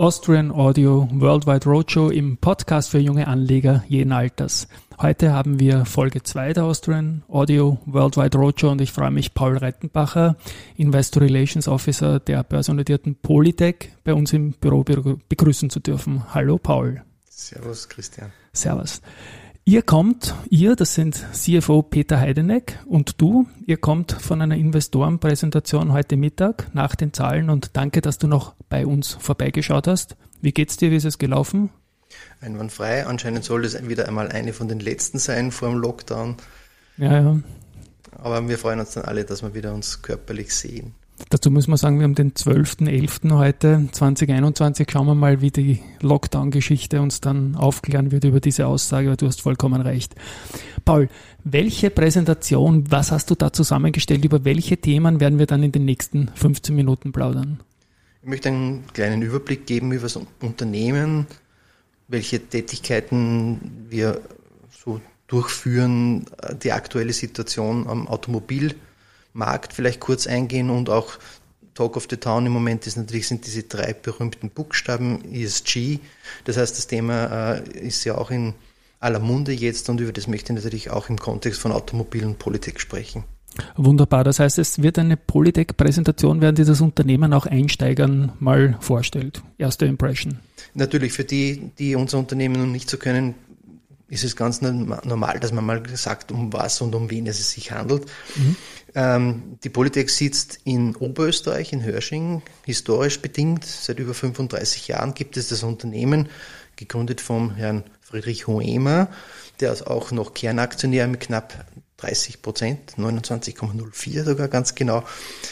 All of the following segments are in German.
Austrian Audio Worldwide Roadshow im Podcast für junge Anleger jeden Alters. Heute haben wir Folge 2 der Austrian Audio Worldwide Roadshow und ich freue mich, Paul Rettenbacher, Investor Relations Officer der börsennotierten Polytech, bei uns im Büro begrüßen zu dürfen. Hallo Paul. Servus Christian. Servus. Das sind CFO Peter Heideneck und ihr kommt von einer Investorenpräsentation heute Mittag nach den Zahlen und danke, dass du noch bei uns vorbeigeschaut hast. Wie geht's dir, wie ist es gelaufen? Einwandfrei, anscheinend soll das wieder einmal eine von den letzten sein vor dem Lockdown. Ja. Aber wir freuen uns dann alle, dass wir wieder uns körperlich sehen. Dazu muss man sagen, wir haben den 12.11. heute, 2021. Schauen wir mal, wie die Lockdown-Geschichte uns dann aufklären wird über diese Aussage, aber du hast vollkommen recht. Paul, welche Präsentation, was hast du da zusammengestellt, über welche Themen werden wir dann in den nächsten 15 Minuten plaudern? Ich möchte einen kleinen Überblick geben über das Unternehmen, welche Tätigkeiten wir so durchführen, die aktuelle Situation am Automobilmarkt vielleicht kurz eingehen und auch Talk of the Town im Moment sind diese 3 berühmten Buchstaben ESG. Das heißt, das Thema ist ja auch in aller Munde jetzt und über das möchte ich natürlich auch im Kontext von Automobil und Polytech sprechen. Wunderbar. Das heißt, es wird eine Polytech-Präsentation werden, die das Unternehmen auch Einsteigern mal vorstellt. Erste Impression. Natürlich, für die unser Unternehmen noch nicht so können, ist es ganz normal, dass man mal sagt, um was und um wen es sich handelt. Die Polytech sitzt in Oberösterreich, in Hörsching, historisch bedingt. Seit über 35 Jahren gibt es das Unternehmen, gegründet vom Herrn Friedrich Hoemer, der ist auch noch Kernaktionär mit knapp 30%, 29,04 sogar ganz genau.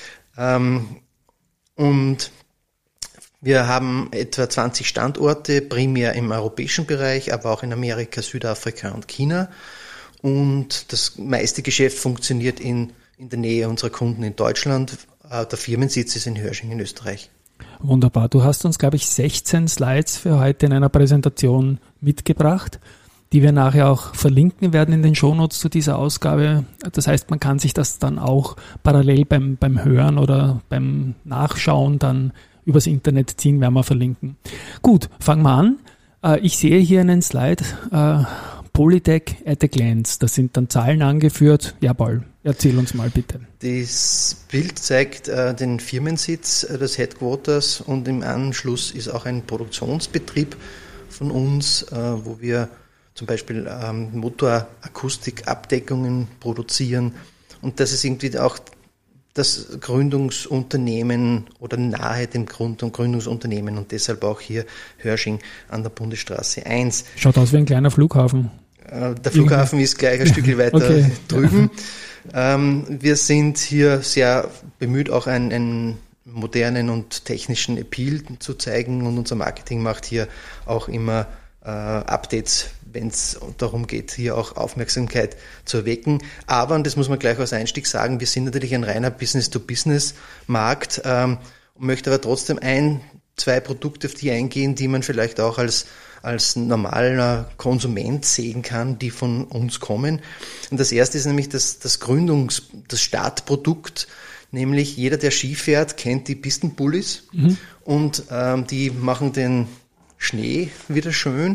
Und wir haben etwa 20 Standorte, primär im europäischen Bereich, aber auch in Amerika, Südafrika und China. Und das meiste Geschäft funktioniert in der Nähe unserer Kunden in Deutschland. Der Firmensitz ist in Hörsching in Österreich. Wunderbar. Du hast uns, glaube ich, 16 Slides für heute in einer Präsentation mitgebracht, die wir nachher auch verlinken werden in den Shownotes zu dieser Ausgabe. Das heißt, man kann sich das dann auch parallel beim Hören oder beim Nachschauen dann übers Internet ziehen, werden wir verlinken. Gut, fangen wir an. Ich sehe hier einen Slide, Polytech at a glance. Da sind dann Zahlen angeführt. Ja, Paul, erzähl uns mal bitte. Das Bild zeigt den Firmensitz des Headquarters und im Anschluss ist auch ein Produktionsbetrieb von uns, wo wir zum Beispiel Motorakustikabdeckungen produzieren. Und das ist irgendwie auch das Gründungsunternehmen oder nahe dem Gründungsunternehmen und deshalb auch hier Hörsching an der Bundesstraße 1. Schaut aus wie ein kleiner Flughafen. Der Flughafen ist gleich ein Stückchen weiter drüben. Wir sind hier sehr bemüht, auch einen modernen und technischen Appeal zu zeigen und unser Marketing macht hier auch immer Updates, wenn es darum geht, hier auch Aufmerksamkeit zu erwecken. Aber, und das muss man gleich als Einstieg sagen, wir sind natürlich ein reiner Business-to-Business-Markt und möchte aber trotzdem 2 Produkte auf die eingehen, die man vielleicht auch als normaler Konsument sehen kann, die von uns kommen. Und das erste ist nämlich das Startprodukt, nämlich jeder, der Ski fährt, kennt die Pistenbullis und die machen den Schnee wieder schön.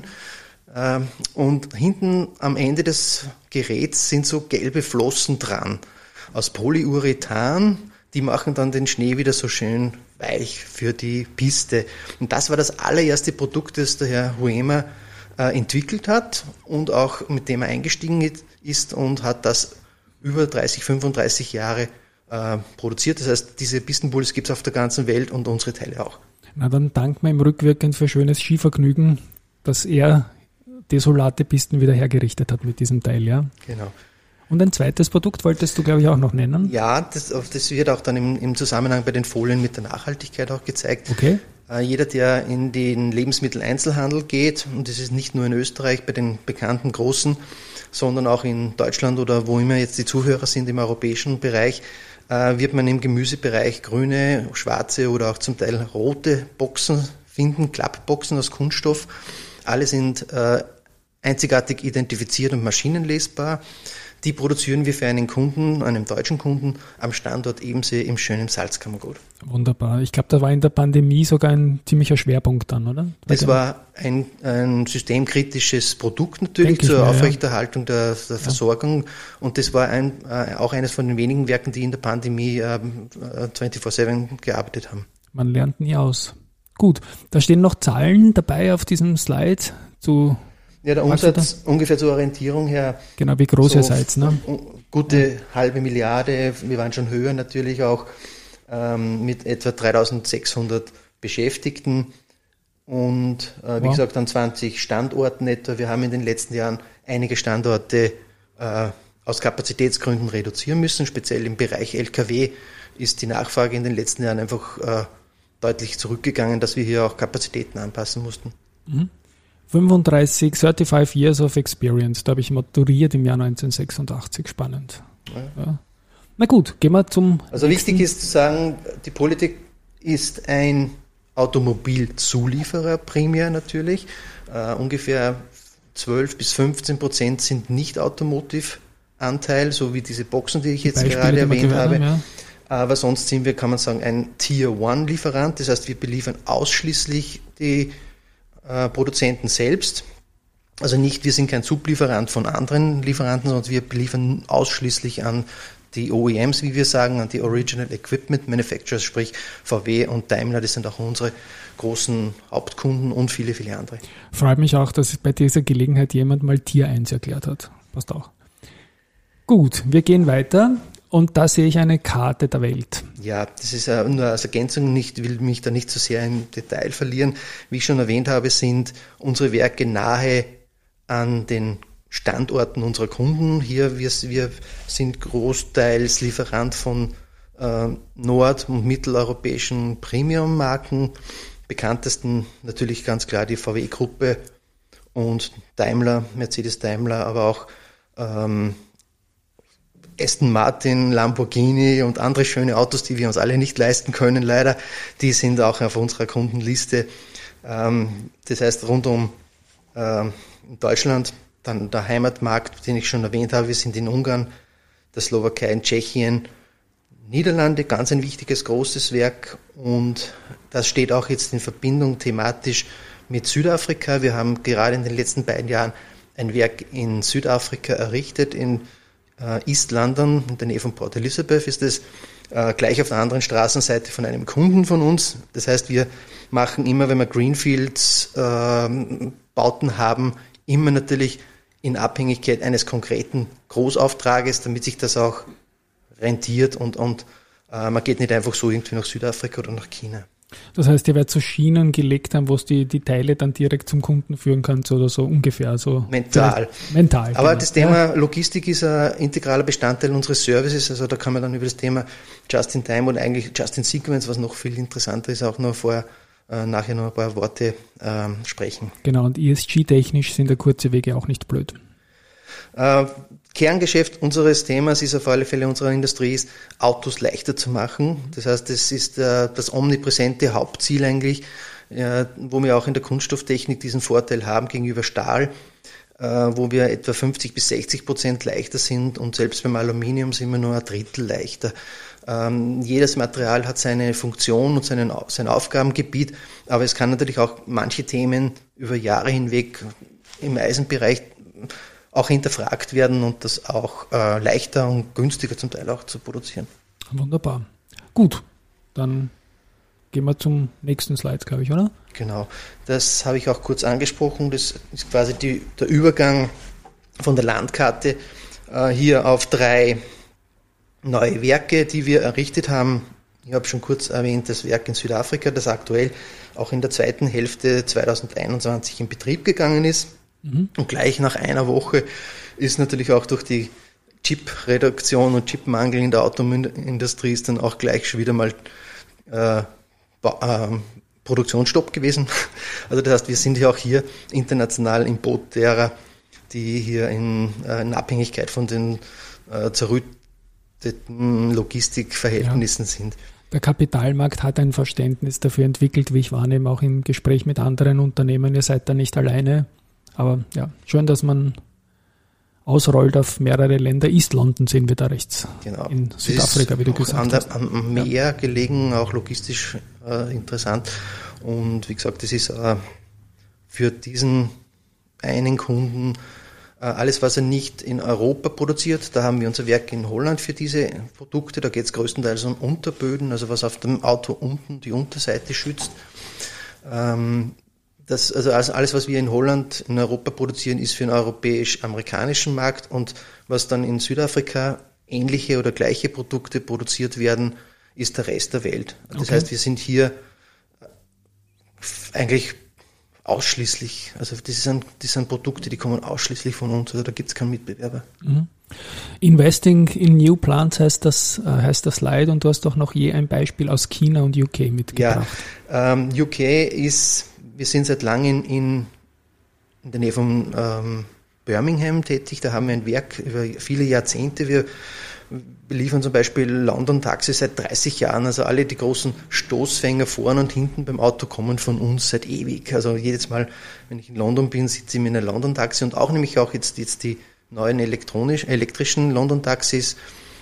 Und hinten am Ende des Geräts sind so gelbe Flossen dran aus Polyurethan. Die machen dann den Schnee wieder so schön weich für die Piste. Und das war das allererste Produkt, das der Herr Hoemer entwickelt hat und auch mit dem er eingestiegen ist und hat das über 35 Jahre produziert. Das heißt, diese Pistenbullis gibt es auf der ganzen Welt und unsere Teile auch. Na, dann dankt man ihm rückwirkend für schönes Skivergnügen, dass er desolate Pisten wieder hergerichtet hat mit diesem Teil, ja? Genau. Und ein zweites Produkt wolltest du, glaube ich, auch noch nennen? Ja, das wird auch dann im Zusammenhang bei den Folien mit der Nachhaltigkeit auch gezeigt. Okay. Jeder, der in den Lebensmitteleinzelhandel geht, und das ist nicht nur in Österreich bei den bekannten Großen, sondern auch in Deutschland oder wo immer jetzt die Zuhörer sind im europäischen Bereich, wird man im Gemüsebereich grüne, schwarze oder auch zum Teil rote Boxen finden, Klappboxen aus Kunststoff. Alle sind einzigartig identifiziert und maschinenlesbar. die produzieren wir für einen Kunden, einen deutschen Kunden, am Standort Ebensee im schönen Salzkammergut. Wunderbar. Ich glaube, da war in der Pandemie sogar ein ziemlicher Schwerpunkt dann, oder? Das war ein systemkritisches Produkt natürlich zur Aufrechterhaltung der Versorgung. Und das war auch eines von den wenigen Werken, die in der Pandemie 24/7 gearbeitet haben. Man lernt nie aus. Gut, da stehen noch Zahlen dabei auf diesem Slide zu... Ja, der Umsatz ungefähr zur Orientierung her. Genau, wie groß ihr seid, ne? Gute 500 Milliarden, wir waren schon höher natürlich auch, mit etwa 3.600 Beschäftigten und wie gesagt an 20 Standorten etwa. Wir haben in den letzten Jahren einige Standorte aus Kapazitätsgründen reduzieren müssen, speziell im Bereich LKW ist die Nachfrage in den letzten Jahren einfach deutlich zurückgegangen, dass wir hier auch Kapazitäten anpassen mussten. 35 Years of Experience, da habe ich maturiert im Jahr 1986, spannend. Ja. Na gut, gehen wir zum... Also wichtig ist zu sagen, die Polytec ist ein Automobilzulieferer primär natürlich. Ungefähr 12-15% sind nicht Automotive-Anteil, so wie diese Boxen, die ich jetzt gerade erwähnt habe. Ja. Aber sonst sind wir, kann man sagen, ein Tier-1-Lieferant. Das heißt, wir beliefern ausschließlich die Produzenten selbst. Also nicht, wir sind kein Sublieferant von anderen Lieferanten, sondern wir beliefern ausschließlich an die OEMs, wie wir sagen, an die Original Equipment Manufacturers, sprich VW und Daimler, das sind auch unsere großen Hauptkunden und viele, viele andere. Freut mich auch, dass bei dieser Gelegenheit jemand mal Tier 1 erklärt hat. Passt auch. Gut, wir gehen weiter. Und da sehe ich eine Karte der Welt. Ja, das ist nur als Ergänzung, will mich da nicht so sehr im Detail verlieren. Wie ich schon erwähnt habe, sind unsere Werke nahe an den Standorten unserer Kunden. Hier, wir sind großteils Lieferant von nord- und mitteleuropäischen Premium-Marken. Bekanntesten natürlich ganz klar die VW-Gruppe und Daimler, Mercedes-Daimler, aber auch Aston Martin, Lamborghini und andere schöne Autos, die wir uns alle nicht leisten können, leider, die sind auch auf unserer Kundenliste. Das heißt, rund um Deutschland, dann der Heimatmarkt, den ich schon erwähnt habe, wir sind in Ungarn, der Slowakei, in Tschechien, Niederlande, ganz ein wichtiges, großes Werk und das steht auch jetzt in Verbindung thematisch mit Südafrika. Wir haben gerade in den letzten beiden Jahren ein Werk in Südafrika errichtet, in East London, in der Nähe von Port Elizabeth, ist es gleich auf der anderen Straßenseite von einem Kunden von uns. Das heißt, wir machen immer, wenn wir Greenfields Bauten haben, immer natürlich in Abhängigkeit eines konkreten Großauftrages, damit sich das auch rentiert und man geht nicht einfach so irgendwie nach Südafrika oder nach China. Das heißt, ihr werdet so Schienen gelegt haben, wo es die Teile dann direkt zum Kunden führen kannst oder so ungefähr so. Mental. Aber genau. Das Thema Logistik ist ein integraler Bestandteil unseres Services, also da kann man dann über das Thema Just-in-Time oder eigentlich Just-in-Sequence, was noch viel interessanter ist, auch noch nachher noch ein paar Worte sprechen. Genau, und ESG-technisch sind der kurze Wege auch nicht blöd. Kerngeschäft unseres Themas ist auf alle Fälle unserer Industrie, ist, Autos leichter zu machen. Das heißt, das ist das omnipräsente Hauptziel eigentlich, wo wir auch in der Kunststofftechnik diesen Vorteil haben gegenüber Stahl, wo wir etwa 50-60% leichter sind und selbst beim Aluminium sind wir nur ein Drittel leichter. Jedes Material hat seine Funktion und sein Aufgabengebiet, aber es kann natürlich auch manche Themen über Jahre hinweg im Eisenbereich auch hinterfragt werden und das auch leichter und günstiger zum Teil auch zu produzieren. Wunderbar. Gut, dann gehen wir zum nächsten Slide, glaube ich, oder? Genau, das habe ich auch kurz angesprochen. Das ist quasi der Übergang von der Landkarte hier auf 3 neue Werke, die wir errichtet haben. Ich habe schon kurz erwähnt, das Werk in Südafrika, das aktuell auch in der zweiten Hälfte 2021 in Betrieb gegangen ist. Und gleich nach einer Woche ist natürlich auch durch die Chip-Reduktion und Chipmangel in der Autoindustrie ist dann auch gleich schon wieder mal Produktionsstopp gewesen. Also das heißt, wir sind ja auch hier international im Boot derer, die hier in Abhängigkeit von den zerrütteten Logistikverhältnissen sind. Der Kapitalmarkt hat ein Verständnis dafür entwickelt, wie ich wahrnehme, auch im Gespräch mit anderen Unternehmen. Ihr seid da nicht alleine. Aber ja, schön, dass man ausrollt auf mehrere Länder. East London sehen wir da rechts. Genau. In Südafrika, wie du gesagt hast. Am Meer gelegen, auch logistisch interessant. Und wie gesagt, das ist für diesen einen Kunden alles, was er nicht in Europa produziert. Da haben wir unser Werk in Holland für diese Produkte. Da geht es größtenteils um Unterböden, also was auf dem Auto unten die Unterseite schützt. Also alles, was wir in Holland, in Europa produzieren, ist für den europäisch-amerikanischen Markt, und was dann in Südafrika ähnliche oder gleiche Produkte produziert werden, ist der Rest der Welt. Das heißt, wir sind hier eigentlich ausschließlich, also das sind Produkte, die kommen ausschließlich von uns, also da gibt es keinen Mitbewerber. Mhm. Investing in New Plants heißt das Slide, und du hast doch noch je ein Beispiel aus China und UK mitgebracht. Ja, UK wir sind seit langem in der Nähe von Birmingham tätig, da haben wir ein Werk über viele Jahrzehnte. Wir liefern zum Beispiel London Taxi seit 30 Jahren, also alle die großen Stoßfänger vorn und hinten beim Auto kommen von uns seit ewig. Also jedes Mal, wenn ich in London bin, sitze ich in einer London Taxi, und auch nämlich auch jetzt die neuen elektrischen London Taxis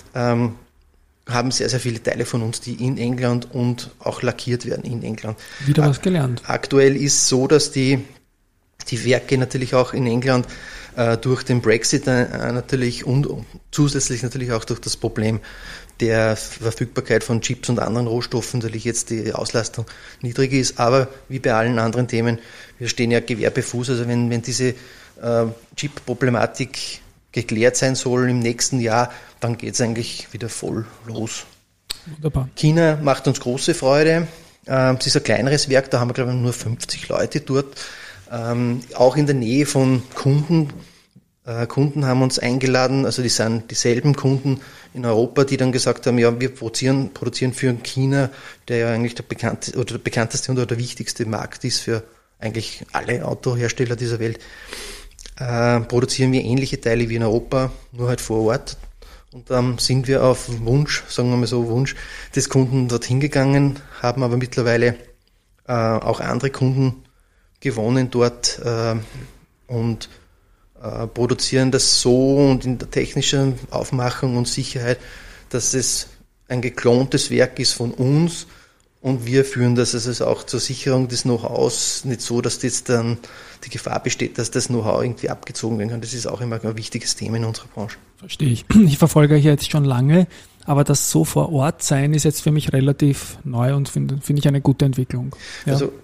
haben sehr, sehr viele Teile von uns, die in England und auch lackiert werden in England. Wieder was gelernt. Aktuell ist so, dass die Werke natürlich auch in England durch den Brexit natürlich und zusätzlich natürlich auch durch das Problem der Verfügbarkeit von Chips und anderen Rohstoffen natürlich jetzt die Auslastung niedrig ist. Aber wie bei allen anderen Themen, wir stehen ja Gewehr bei Fuß. Also wenn diese Chip-Problematik geklärt sein soll im nächsten Jahr, dann geht es eigentlich wieder voll los. Wunderbar. China macht uns große Freude. Es ist ein kleineres Werk, da haben wir, glaube ich, nur 50 Leute dort. Auch in der Nähe von Kunden. Kunden haben uns eingeladen, also die sind dieselben Kunden in Europa, die dann gesagt haben, ja, wir produzieren für China, der ja eigentlich der bekannteste und der wichtigste Markt ist für eigentlich alle Autohersteller dieser Welt. Produzieren wir ähnliche Teile wie in Europa, nur halt vor Ort. Und dann sind wir auf Wunsch, sagen wir mal so, Wunsch des Kunden dorthin gegangen, haben aber mittlerweile auch andere Kunden gewonnen dort und produzieren das so und in der technischen Aufmachung und Sicherheit, dass es ein geklontes Werk ist von uns, und wir führen das also auch zur Sicherung des Know-hows, nicht so, dass jetzt dann die Gefahr besteht, dass das Know-how irgendwie abgezogen werden kann. Das ist auch immer ein wichtiges Thema in unserer Branche. Verstehe ich. Ich verfolge euch jetzt schon lange, aber das so vor Ort sein ist jetzt für mich relativ neu und finde ich eine gute Entwicklung. Ja. Also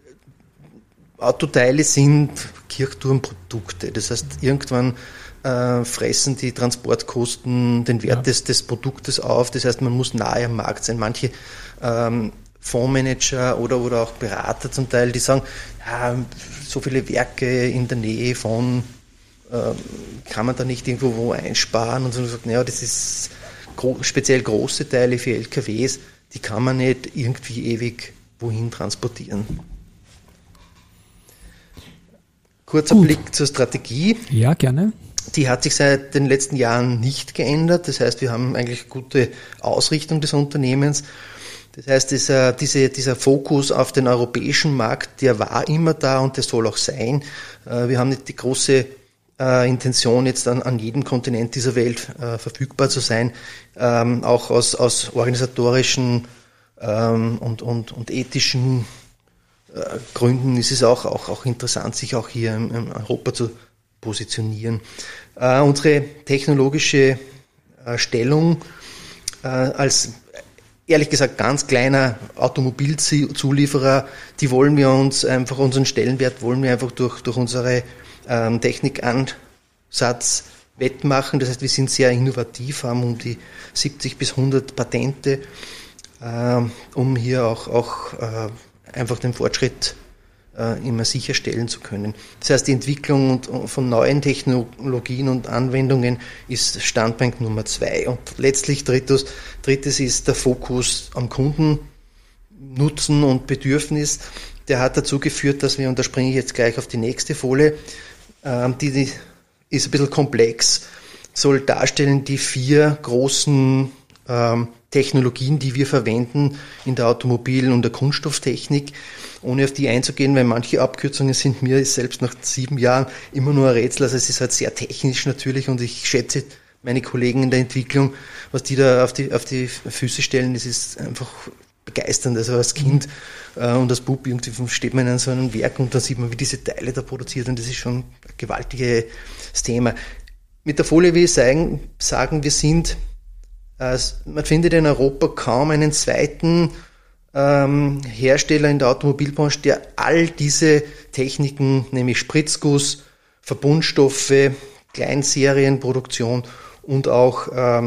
Autoteile sind Kirchturmprodukte. Das heißt, irgendwann fressen die Transportkosten den Wert des Produktes auf. Das heißt, man muss nahe am Markt sein. Manche Fondsmanager oder auch Berater zum Teil, die sagen, ja, so viele Werke in der Nähe von, kann man da nicht irgendwo wo einsparen? Und so sagt, naja, das ist speziell große Teile für LKWs, die kann man nicht irgendwie ewig wohin transportieren. Kurzer Blick zur Strategie. Ja, gerne. Die hat sich seit den letzten Jahren nicht geändert. Das heißt, wir haben eigentlich gute Ausrichtung des Unternehmens. Das heißt, dieser Fokus auf den europäischen Markt, der war immer da und der soll auch sein. Wir haben nicht die große Intention, jetzt an jedem Kontinent dieser Welt verfügbar zu sein. Auch aus organisatorischen und ethischen Gründen ist es auch interessant, sich auch hier in Europa zu positionieren. Unsere technologische Stellung als ehrlich gesagt ganz kleiner Automobilzulieferer, die wollen wir uns einfach, unseren Stellenwert wollen wir einfach durch unsere Technikansatz wettmachen. Das heißt, wir sind sehr innovativ, haben um die 70 bis 100 Patente, um hier auch einfach den Fortschritt immer sicherstellen zu können. Das heißt, die Entwicklung von neuen Technologien und Anwendungen ist Standpunkt Nummer 2. Und letztlich drittes ist der Fokus am Kunden, Nutzen und Bedürfnis. Der hat dazu geführt, dass wir, und da springe ich jetzt gleich auf die nächste Folie, die ist ein bisschen komplex, soll darstellen die 4 großen Technologien, die wir verwenden in der Automobil- und der Kunststofftechnik, ohne auf die einzugehen, weil manche Abkürzungen sind mir selbst nach 7 Jahren immer nur ein Rätsel. Also es ist halt sehr technisch natürlich und ich schätze meine Kollegen in der Entwicklung, was die da auf die Füße stellen, das ist einfach begeisternd. Also als Kind und als Bub irgendwie steht man in so einem Werk und dann sieht man, wie diese Teile da produziert und das ist schon ein gewaltiges Thema. Mit der Folie will ich sagen, wir sind, man findet in Europa kaum einen zweiten Hersteller in der Automobilbranche, der all diese Techniken, nämlich Spritzguss, Verbundstoffe, Kleinserienproduktion und auch,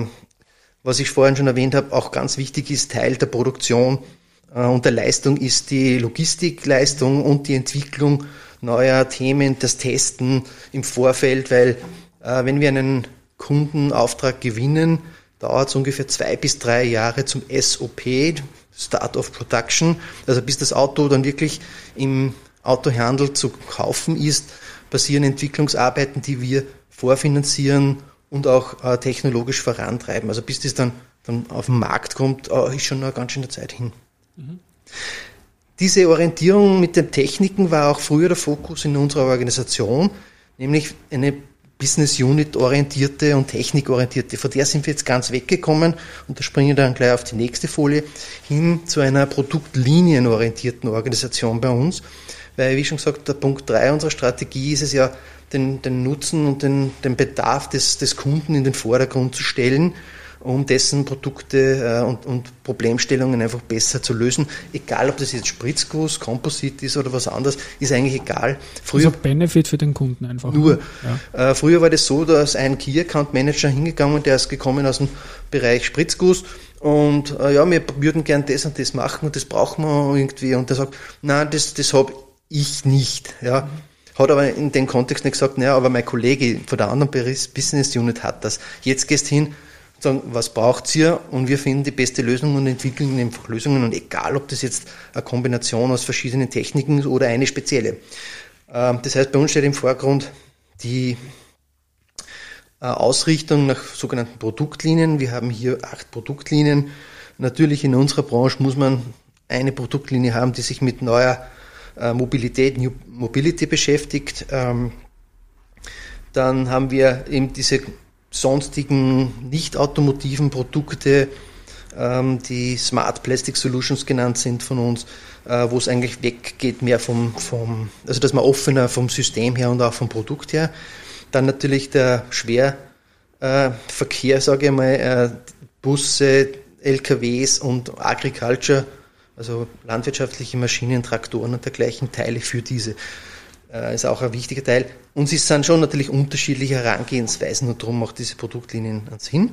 was ich vorhin schon erwähnt habe, auch ganz wichtig ist, Teil der Produktion und der Leistung ist die Logistikleistung und die Entwicklung neuer Themen, das Testen im Vorfeld, weil wenn wir einen Kundenauftrag gewinnen, dauert es ungefähr 2 bis 3 Jahre zum SOP, Start of Production, also bis das Auto dann wirklich im Autohandel zu kaufen ist, passieren Entwicklungsarbeiten, die wir vorfinanzieren und auch technologisch vorantreiben. Also bis das dann auf den Markt kommt, ist schon eine ganz schöne Zeit hin. Mhm. Diese Orientierung mit den Techniken war auch früher der Fokus in unserer Organisation, nämlich eine Business Unit orientierte und technikorientierte. Von der sind wir jetzt ganz weggekommen und da springen wir dann gleich auf die nächste Folie hin zu einer produktlinienorientierten Organisation bei uns, weil wie schon gesagt, der Punkt 3 unserer Strategie ist es ja, den Nutzen und den Bedarf des Kunden in den Vordergrund zu stellen, um dessen Produkte und Problemstellungen einfach besser zu lösen. Egal, ob das jetzt Spritzguss, Komposit ist oder was anderes, ist eigentlich egal. Früher also Benefit für den Kunden einfach. Nur. Ja. Früher war das so, dass ein Key Account Manager hingegangen, der ist gekommen aus dem Bereich Spritzguss und wir würden gern das und das machen und das brauchen wir irgendwie. Und der sagt, nein, das habe ich nicht. Ja. Hat aber in dem Kontext nicht gesagt, naja, aber mein Kollege von der anderen Business Unit hat das. Jetzt gehst du hin und sagen, was braucht's ihr? Und wir finden die beste Lösung und entwickeln einfach Lösungen. Und egal, ob das jetzt eine Kombination aus verschiedenen Techniken ist oder eine spezielle. Das heißt, bei uns steht im Vorgrund die Ausrichtung nach sogenannten Produktlinien. Wir haben hier 8 Produktlinien. Natürlich in unserer Branche muss man eine Produktlinie haben, die sich mit neuer Mobilität, New Mobility beschäftigt. Dann haben wir eben diese sonstigen nicht-automotiven Produkte, die Smart Plastic Solutions genannt sind von uns, wo es eigentlich weggeht mehr also dass man offener vom System her und auch vom Produkt her. Dann natürlich der Schwerverkehr, sage ich mal, Busse, LKWs und Agriculture, also landwirtschaftliche Maschinen, Traktoren und dergleichen Teile für diese. Ist auch ein wichtiger Teil. Und es sind schon natürlich unterschiedliche Herangehensweisen und darum macht diese Produktlinien Sinn.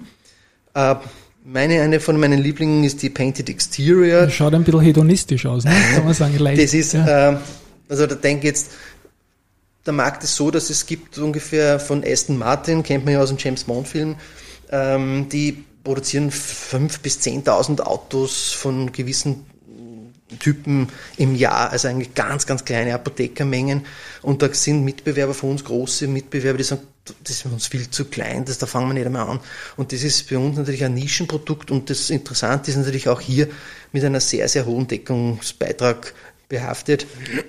Eine von meinen Lieblingen ist die Painted Exterior. Das schaut ein bisschen hedonistisch aus, ne? Kann man sagen. Leicht. Das ist, also da denke ich jetzt, der Markt ist so, dass es gibt ungefähr von Aston Martin, kennt man ja aus dem James Bond Film, die produzieren 5.000 bis 10.000 Autos von gewissen Typen im Jahr, also eigentlich ganz, ganz kleine Apothekermengen. Und da sind Mitbewerber von uns, große Mitbewerber, die sagen, das ist für uns viel zu klein, da fangen wir nicht einmal an. Und das ist bei uns natürlich ein Nischenprodukt und das Interessante ist natürlich auch hier mit einer sehr, sehr hohen Deckungsbeitrag behaftet.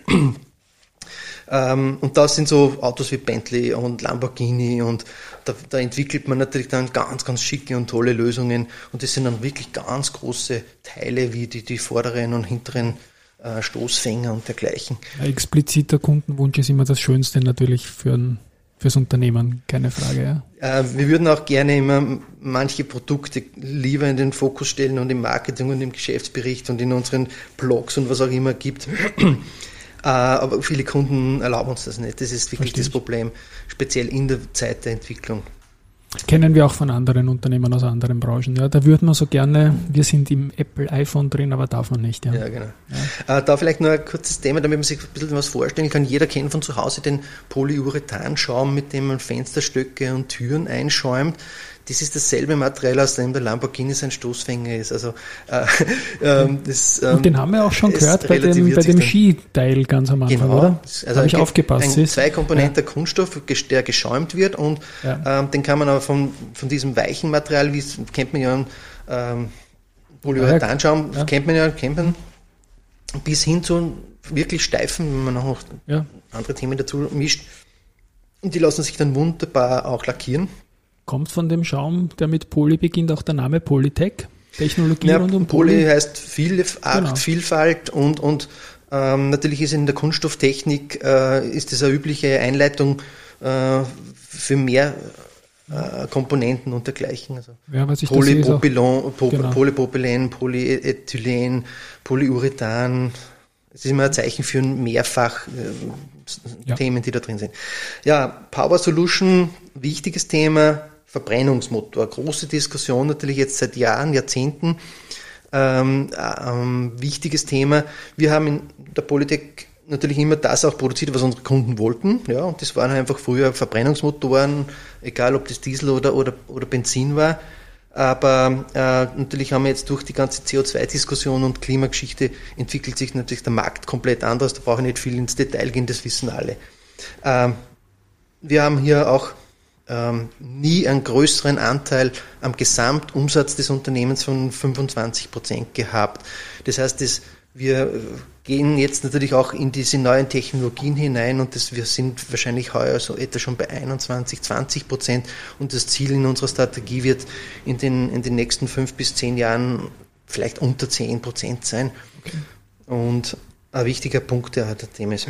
Und das sind so Autos wie Bentley und Lamborghini und da entwickelt man natürlich dann ganz, ganz schicke und tolle Lösungen und das sind dann wirklich ganz große Teile wie die vorderen und hinteren Stoßfänger und dergleichen. Ein expliziter Kundenwunsch ist immer das Schönste natürlich fürs Unternehmen, keine Frage. Ja. Wir würden auch gerne immer manche Produkte lieber in den Fokus stellen und im Marketing und im Geschäftsbericht und in unseren Blogs und was auch immer gibt. Aber viele Kunden erlauben uns das nicht. Das ist wirklich das Problem, speziell in der Zeit der Entwicklung. Kennen wir auch von anderen Unternehmen aus anderen Branchen. Ja, da würden wir so gerne, wir sind im Apple iPhone drin, aber darf man nicht. Ja, genau. Ja. Da vielleicht noch ein kurzes Thema, damit man sich ein bisschen was vorstellen kann. Jeder kennt von zu Hause den Polyurethanschaum, mit dem man Fensterstöcke und Türen einschäumt. Das ist dasselbe Material, aus dem der Lamborghini sein Stoßfänger ist. Also, und den haben wir auch schon gehört bei dem Skiteil ganz am Anfang, genau, oder? Also habe ich aufgepasst. Ein zweikomponenter Kunststoff, der geschäumt wird und den kann man aber von diesem weichen Material, wie kennt man ja Polyurethanschaum, kennt man, bis hin zu wirklich steifen, wenn man noch andere Themen dazu mischt. Und die lassen sich dann wunderbar auch lackieren. Kommt von dem Schaum, der mit Poly beginnt, auch der Name Polytech? Technologie rund um Poly heißt Vielfalt und natürlich ist in der Kunststofftechnik ist das eine übliche Einleitung für mehr Komponenten und dergleichen. Also Polypropylen, Polyethylen, Polyurethan. Es ist immer ein Zeichen für mehrfach Themen, die da drin sind. Ja, Power Solution, wichtiges Thema. Verbrennungsmotor, große Diskussion natürlich jetzt seit Jahren, Jahrzehnten, wichtiges Thema. Wir haben in der Polytech natürlich immer das auch produziert, was unsere Kunden wollten, ja, und das waren einfach früher Verbrennungsmotoren, egal ob das Diesel oder Benzin war, aber natürlich haben wir jetzt durch die ganze CO2-Diskussion und Klimageschichte entwickelt sich natürlich der Markt komplett anders, da brauche ich nicht viel ins Detail gehen, das wissen alle. Wir haben hier auch nie einen größeren Anteil am Gesamtumsatz des Unternehmens von 25% gehabt. Das heißt, wir gehen jetzt natürlich auch in diese neuen Technologien hinein und wir sind wahrscheinlich heuer so etwa schon bei 21-20% und das Ziel in unserer Strategie wird in den nächsten 5 bis 10 Jahren vielleicht unter 10% sein. Okay. Und ein wichtiger Punkt, der Thema ist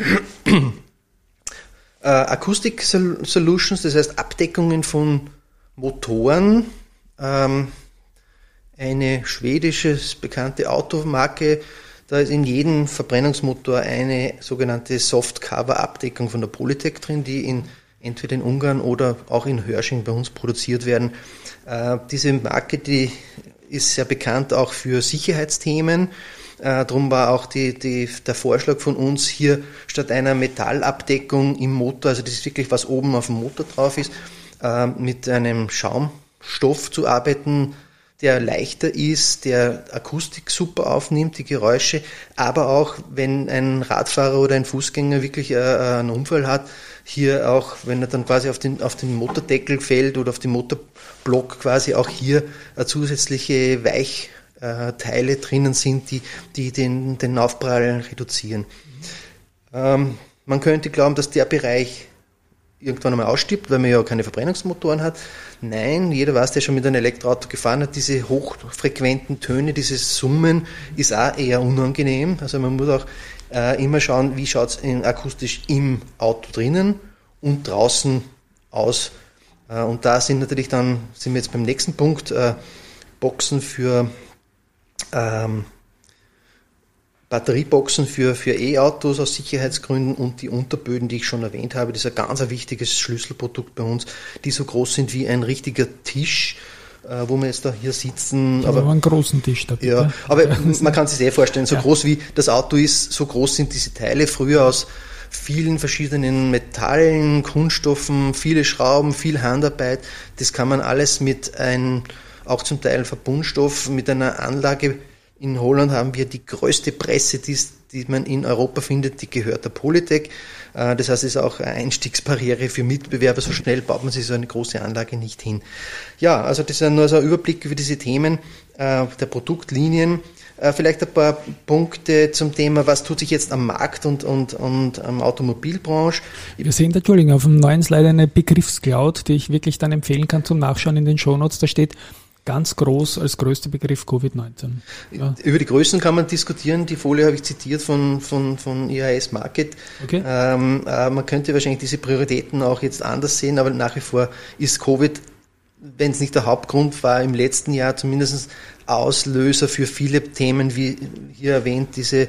Acoustic Solutions, das heißt Abdeckungen von Motoren. Eine schwedische bekannte Automarke, da ist in jedem Verbrennungsmotor eine sogenannte Soft-Cover-Abdeckung von der Polytech drin, die entweder in Ungarn oder auch in Hörsching bei uns produziert werden. Diese Marke, die ist sehr bekannt auch für Sicherheitsthemen. Darum war auch der Vorschlag von uns hier statt einer Metallabdeckung im Motor, also das ist wirklich was oben auf dem Motor drauf ist, mit einem Schaumstoff zu arbeiten, der leichter ist, der Akustik super aufnimmt, die Geräusche, aber auch wenn ein Radfahrer oder ein Fußgänger wirklich einen Unfall hat, hier auch, wenn er dann quasi auf den Motordeckel fällt oder auf den Motorblock quasi auch hier eine zusätzliche Teile drinnen sind, die den Aufprall reduzieren. Man könnte glauben, dass der Bereich irgendwann einmal ausstirbt, weil man ja keine Verbrennungsmotoren hat. Nein, jeder weiß, der schon mit einem Elektroauto gefahren hat, diese hochfrequenten Töne, dieses Summen ist auch eher unangenehm. Also man muss auch immer schauen, wie schaut es akustisch im Auto drinnen und draußen aus. Und da sind wir jetzt beim nächsten Punkt, Boxen für Batterieboxen für E-Autos aus Sicherheitsgründen und die Unterböden, die ich schon erwähnt habe, das ist ein ganz wichtiges Schlüsselprodukt bei uns, die so groß sind wie ein richtiger Tisch, wo wir jetzt da hier sitzen. Aber einen großen Tisch da bitte. Ja, aber man kann sich sehr vorstellen, so groß wie das Auto ist, so groß sind diese Teile, früher aus vielen verschiedenen Metallen, Kunststoffen, viele Schrauben, viel Handarbeit, das kann man alles mit auch zum Teil Verbundstoff mit einer Anlage. In Holland haben wir die größte Presse, die man in Europa findet, die gehört der Polytech. Das heißt, es ist auch eine Einstiegsbarriere für Mitbewerber. So schnell baut man sich so eine große Anlage nicht hin. Ja, also das ist nur so ein Überblick über diese Themen der Produktlinien. Vielleicht ein paar Punkte zum Thema, was tut sich jetzt am Markt und am Automobilbranche. Wir sehen da, Entschuldigung, auf dem neuen Slide eine Begriffscloud, die ich wirklich dann empfehlen kann zum Nachschauen in den Shownotes. Da steht ganz groß als größter Begriff Covid-19. Ja. Über die Größen kann man diskutieren. Die Folie habe ich zitiert von IHS Markit. Okay. Man könnte wahrscheinlich diese Prioritäten auch jetzt anders sehen, aber nach wie vor ist Covid, wenn es nicht der Hauptgrund war, im letzten Jahr zumindest Auslöser für viele Themen, wie hier erwähnt, diese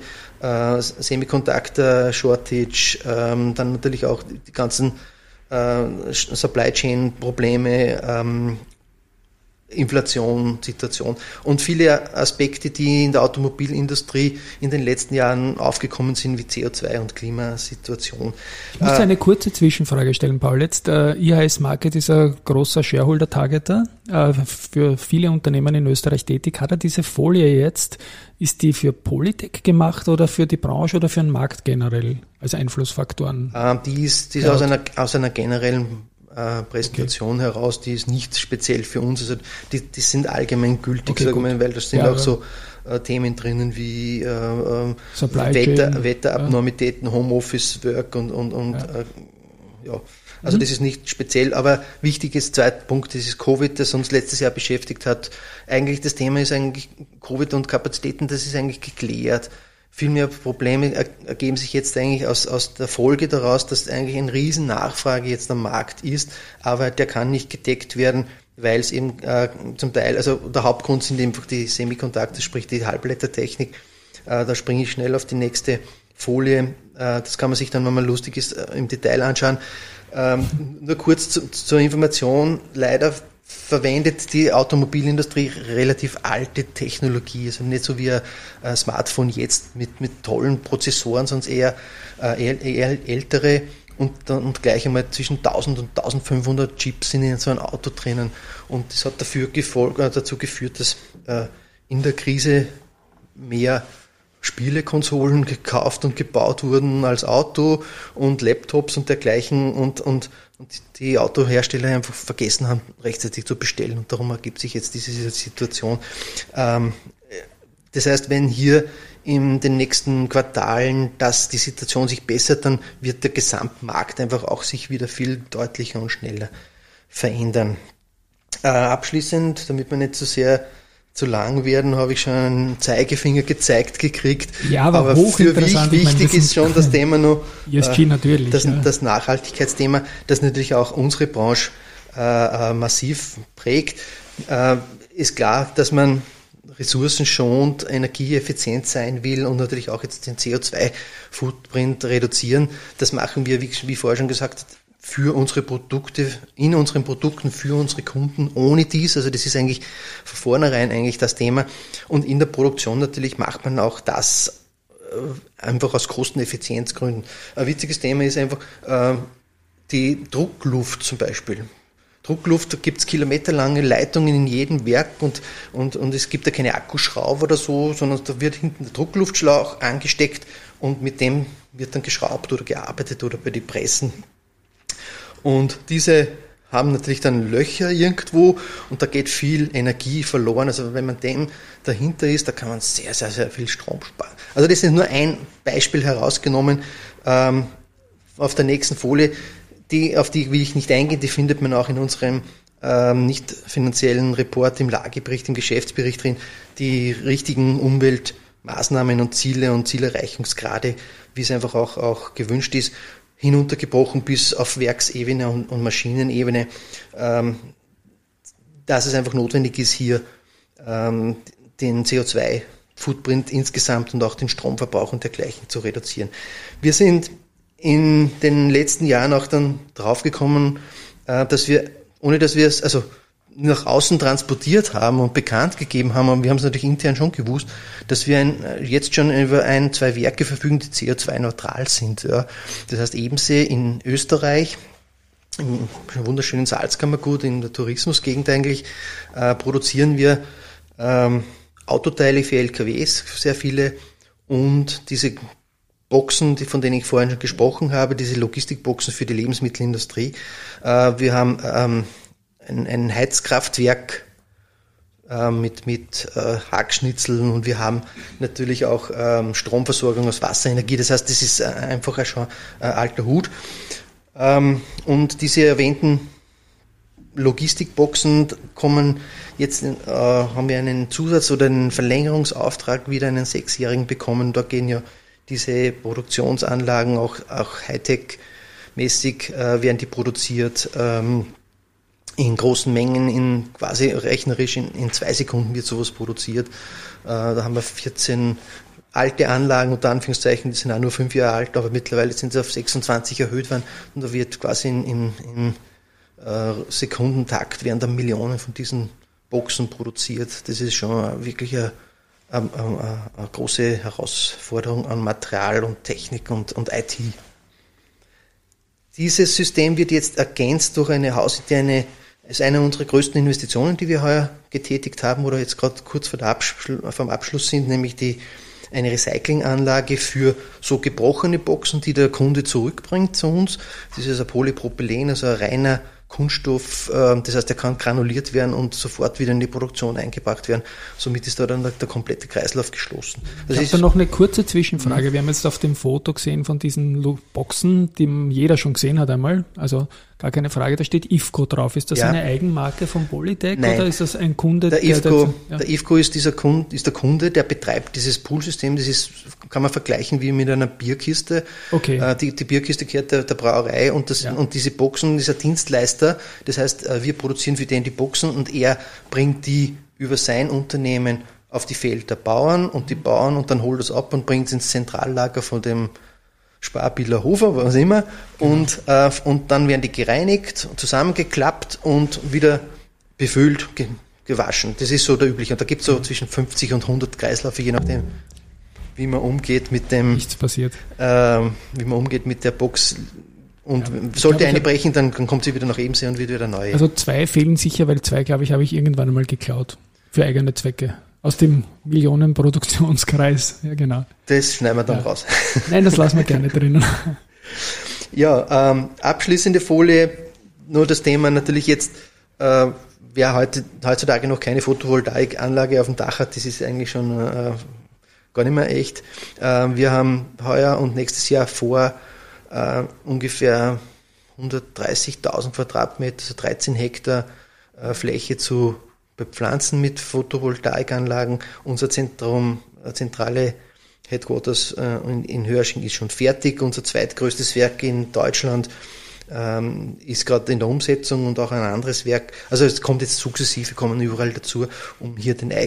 Semiconductor-Shortage, dann natürlich auch die ganzen Supply Chain Probleme, Inflation, Situation und viele Aspekte, die in der Automobilindustrie in den letzten Jahren aufgekommen sind, wie CO2 und Klimasituation. Ich muss eine kurze Zwischenfrage stellen, Paul. Jetzt, IHS Markit ist ein großer Shareholder-Targeter, für viele Unternehmen in Österreich tätig. Hat er diese Folie jetzt, ist die für Polytech gemacht oder für die Branche oder für den Markt generell als Einflussfaktoren? Die ist aus einer generellen Präsentation heraus, die ist nicht speziell für uns, also die sind allgemein gültig, weil da sind auch so Themen drinnen wie Wetterabnormitäten, Homeoffice-Work und also das ist nicht speziell, aber wichtig ist, zweiter Punkt, das ist Covid, das uns letztes Jahr beschäftigt hat. Eigentlich das Thema ist eigentlich Covid und Kapazitäten, das ist eigentlich geklärt. Viel mehr Probleme ergeben sich jetzt eigentlich aus der Folge daraus, dass eigentlich eine riesen Nachfrage jetzt am Markt ist, aber der kann nicht gedeckt werden, weil es eben zum Teil, also der Hauptgrund sind einfach die Semiconductor, sprich die Halbleitertechnik. Da springe ich schnell auf die nächste Folie. Das kann man sich dann, wenn man lustig ist, im Detail anschauen. Nur kurz zur Information, leider verwendet die Automobilindustrie relativ alte Technologie, also nicht so wie ein Smartphone jetzt mit tollen Prozessoren, sondern eher ältere und gleich einmal zwischen 1000 und 1500 Chips sind in so einem Auto drinnen. Und das hat dazu geführt, dass in der Krise mehr Spielekonsolen gekauft und gebaut wurden als Auto und Laptops und dergleichen und die Autohersteller einfach vergessen haben, rechtzeitig zu bestellen und darum ergibt sich jetzt diese Situation. Das heißt, wenn hier in den nächsten Quartalen die Situation sich bessert, dann wird der Gesamtmarkt einfach auch sich wieder viel deutlicher und schneller verändern. Abschließend, damit man nicht so sehr zu lang werden, habe ich schon einen Zeigefinger gezeigt gekriegt. Ja, aber für wichtig ist schon das Thema noch, ESG natürlich, das Nachhaltigkeitsthema, das natürlich auch unsere Branche massiv prägt. Ist klar, dass man ressourcenschonend, energieeffizient sein will und natürlich auch jetzt den CO2-Footprint reduzieren. Das machen wir, wie vorher schon gesagt, für unsere Produkte, in unseren Produkten, für unsere Kunden. Ohne dies, also das ist eigentlich von vornherein eigentlich das Thema. Und in der Produktion natürlich macht man auch das einfach aus Kosteneffizienzgründen. Ein witziges Thema ist einfach die Druckluft zum Beispiel. Druckluft, da gibt es kilometerlange Leitungen in jedem Werk und es gibt ja keine Akkuschrauber oder so, sondern da wird hinten der Druckluftschlauch angesteckt und mit dem wird dann geschraubt oder gearbeitet oder bei den Pressen. Und diese haben natürlich dann Löcher irgendwo und da geht viel Energie verloren. Also wenn man dem dahinter ist, da kann man sehr, sehr, sehr viel Strom sparen. Also das ist nur ein Beispiel herausgenommen. Auf der nächsten Folie, auf die will ich nicht eingehen, die findet man auch in unserem nicht finanziellen Report, im Lagebericht, im Geschäftsbericht drin, die richtigen Umweltmaßnahmen und Ziele und Zielerreichungsgrade, wie es einfach auch gewünscht ist, hinuntergebrochen bis auf Werksebene und Maschinenebene, dass es einfach notwendig ist, hier den CO2-Footprint insgesamt und auch den Stromverbrauch und dergleichen zu reduzieren. Wir sind in den letzten Jahren auch dann draufgekommen, dass wir, ohne dass wir es also nach außen transportiert haben und bekannt gegeben haben, aber wir haben es natürlich intern schon gewusst, dass wir jetzt schon über 2 Werke verfügen, die CO2-neutral sind. Ja. Das heißt, Ebensee in Österreich, im wunderschönen Salzkammergut, in der Tourismusgegend eigentlich, produzieren wir Autoteile für LKWs, sehr viele, und diese Boxen, von denen ich vorhin schon gesprochen habe, diese Logistikboxen für die Lebensmittelindustrie. Wir haben ein Heizkraftwerk mit Hackschnitzeln und wir haben natürlich auch Stromversorgung aus Wasserenergie. Das heißt, das ist einfach schon ein alter Hut. Und diese erwähnten Logistikboxen kommen jetzt, haben wir einen Zusatz- oder einen Verlängerungsauftrag, wieder einen 6-jährigen bekommen. Da gehen ja diese Produktionsanlagen auch Hightech-mäßig werden die produziert, in großen Mengen, quasi rechnerisch in 2 Sekunden wird sowas produziert. Da haben wir 14 alte Anlagen, unter Anführungszeichen, die sind auch nur 5 Jahre alt, aber mittlerweile sind sie auf 26 erhöht worden und da wird quasi in Sekundentakt werden dann Millionen von diesen Boxen produziert. Das ist schon wirklich eine große Herausforderung an Material und Technik und IT. Dieses System wird jetzt ergänzt durch eine hausinterne, ist eine unserer größten Investitionen, die wir heuer getätigt haben oder jetzt gerade kurz vom Abschluss sind, nämlich eine Recyclinganlage für so gebrochene Boxen, die der Kunde zurückbringt zu uns. Das ist ein Polypropylen, also ein reiner Kunststoff, das heißt, der kann granuliert werden und sofort wieder in die Produktion eingebracht werden. Somit ist da dann der komplette Kreislauf geschlossen. Ich habe da noch eine kurze Zwischenfrage. Wir haben jetzt auf dem Foto gesehen von diesen Boxen, die jeder schon gesehen hat einmal, also gar keine Frage, da steht IFCO drauf. Ist das eine Eigenmarke von Polytech? Nein. Oder ist das ein Kunde? Der IFCO ist der Kunde, der betreibt dieses Poolsystem. Das ist, kann man vergleichen wie mit einer Bierkiste. Okay. Die Bierkiste gehört der Brauerei und diese Boxen ist ein Dienstleister. Das heißt, wir produzieren für den die Boxen und er bringt die über sein Unternehmen auf die Felder der Bauern und die Bauern und dann holt es ab und bringt es ins Zentrallager von dem Sparbiller Hofer, was immer, und dann werden die gereinigt, zusammengeklappt und wieder befüllt, gewaschen. Das ist so der übliche. Und da gibt es so zwischen 50 und 100 Kreisläufe, je nachdem, wie man umgeht mit dem. Nichts passiert. Wie man umgeht mit der Box. Und sollte eine brechen, dann kommt sie wieder nach Ebensee und wird wieder neu. Also 2 fehlen sicher, weil 2, glaube ich, habe ich irgendwann einmal geklaut. Für eigene Zwecke. Aus dem Millionenproduktionskreis. Ja, genau. Das schneiden wir dann raus. Nein, das lassen wir gerne drinnen. Ja, abschließende Folie. Nur das Thema natürlich jetzt, wer heutzutage noch keine Photovoltaikanlage auf dem Dach hat, das ist eigentlich schon gar nicht mehr echt. Wir haben heuer und nächstes Jahr vor, ungefähr 130.000 Quadratmeter, also 13 Hektar Fläche zu bepflanzen mit Photovoltaikanlagen. Unser zentrale Headquarters in Hörsching ist schon fertig. Unser zweitgrößtes Werk in Deutschland ist gerade in der Umsetzung und auch ein anderes Werk. Also es kommt jetzt sukzessive, kommen überall dazu, um hier den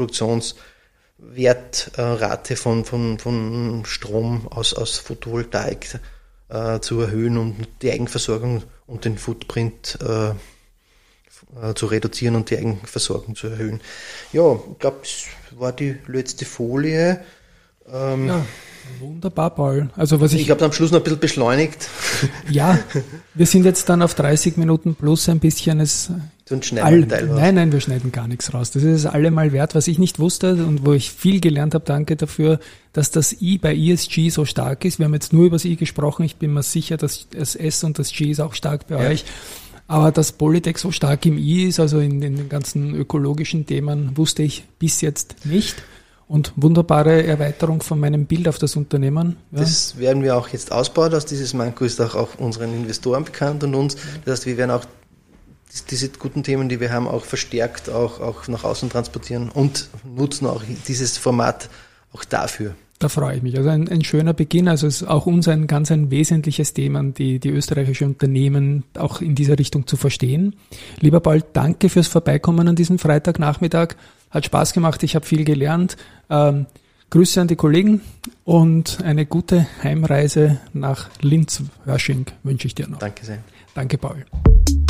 Eigenproduktionswertrate von Strom aus Photovoltaik zu erhöhen und die Eigenversorgung und den Footprint zu reduzieren und die Eigenversorgung zu erhöhen. Ja, ich glaube, das war die letzte Folie. Ja, wunderbar, Paul. Also ich habe am Schluss noch ein bisschen beschleunigt. Ja, wir sind jetzt dann auf 30 Minuten plus ein bisschen Nein, wir schneiden gar nichts raus. Das ist es allemal wert, was ich nicht wusste und wo ich viel gelernt habe. Danke dafür, dass das I bei ESG so stark ist. Wir haben jetzt nur über das I gesprochen. Ich bin mir sicher, dass das S und das G ist auch stark bei euch. Aber dass Polytech so stark im I ist, also in den ganzen ökologischen Themen, wusste ich bis jetzt nicht. Und wunderbare Erweiterung von meinem Bild auf das Unternehmen. Ja. Das werden wir auch jetzt ausbauen. Also dieses Manko ist auch unseren Investoren bekannt und uns. Das heißt, wir werden auch diese guten Themen, die wir haben, auch verstärkt auch nach außen transportieren und nutzen auch dieses Format auch dafür. Da freue ich mich. Also ein schöner Beginn. Also es ist auch uns ein ganz wesentliches Thema, die österreichische Unternehmen auch in dieser Richtung zu verstehen. Lieber Paul, danke fürs Vorbeikommen an diesem Freitagnachmittag. Hat Spaß gemacht. Ich habe viel gelernt. Grüße an die Kollegen und eine gute Heimreise nach Linz-Hörsching wünsche ich dir noch. Danke sehr. Danke, Paul.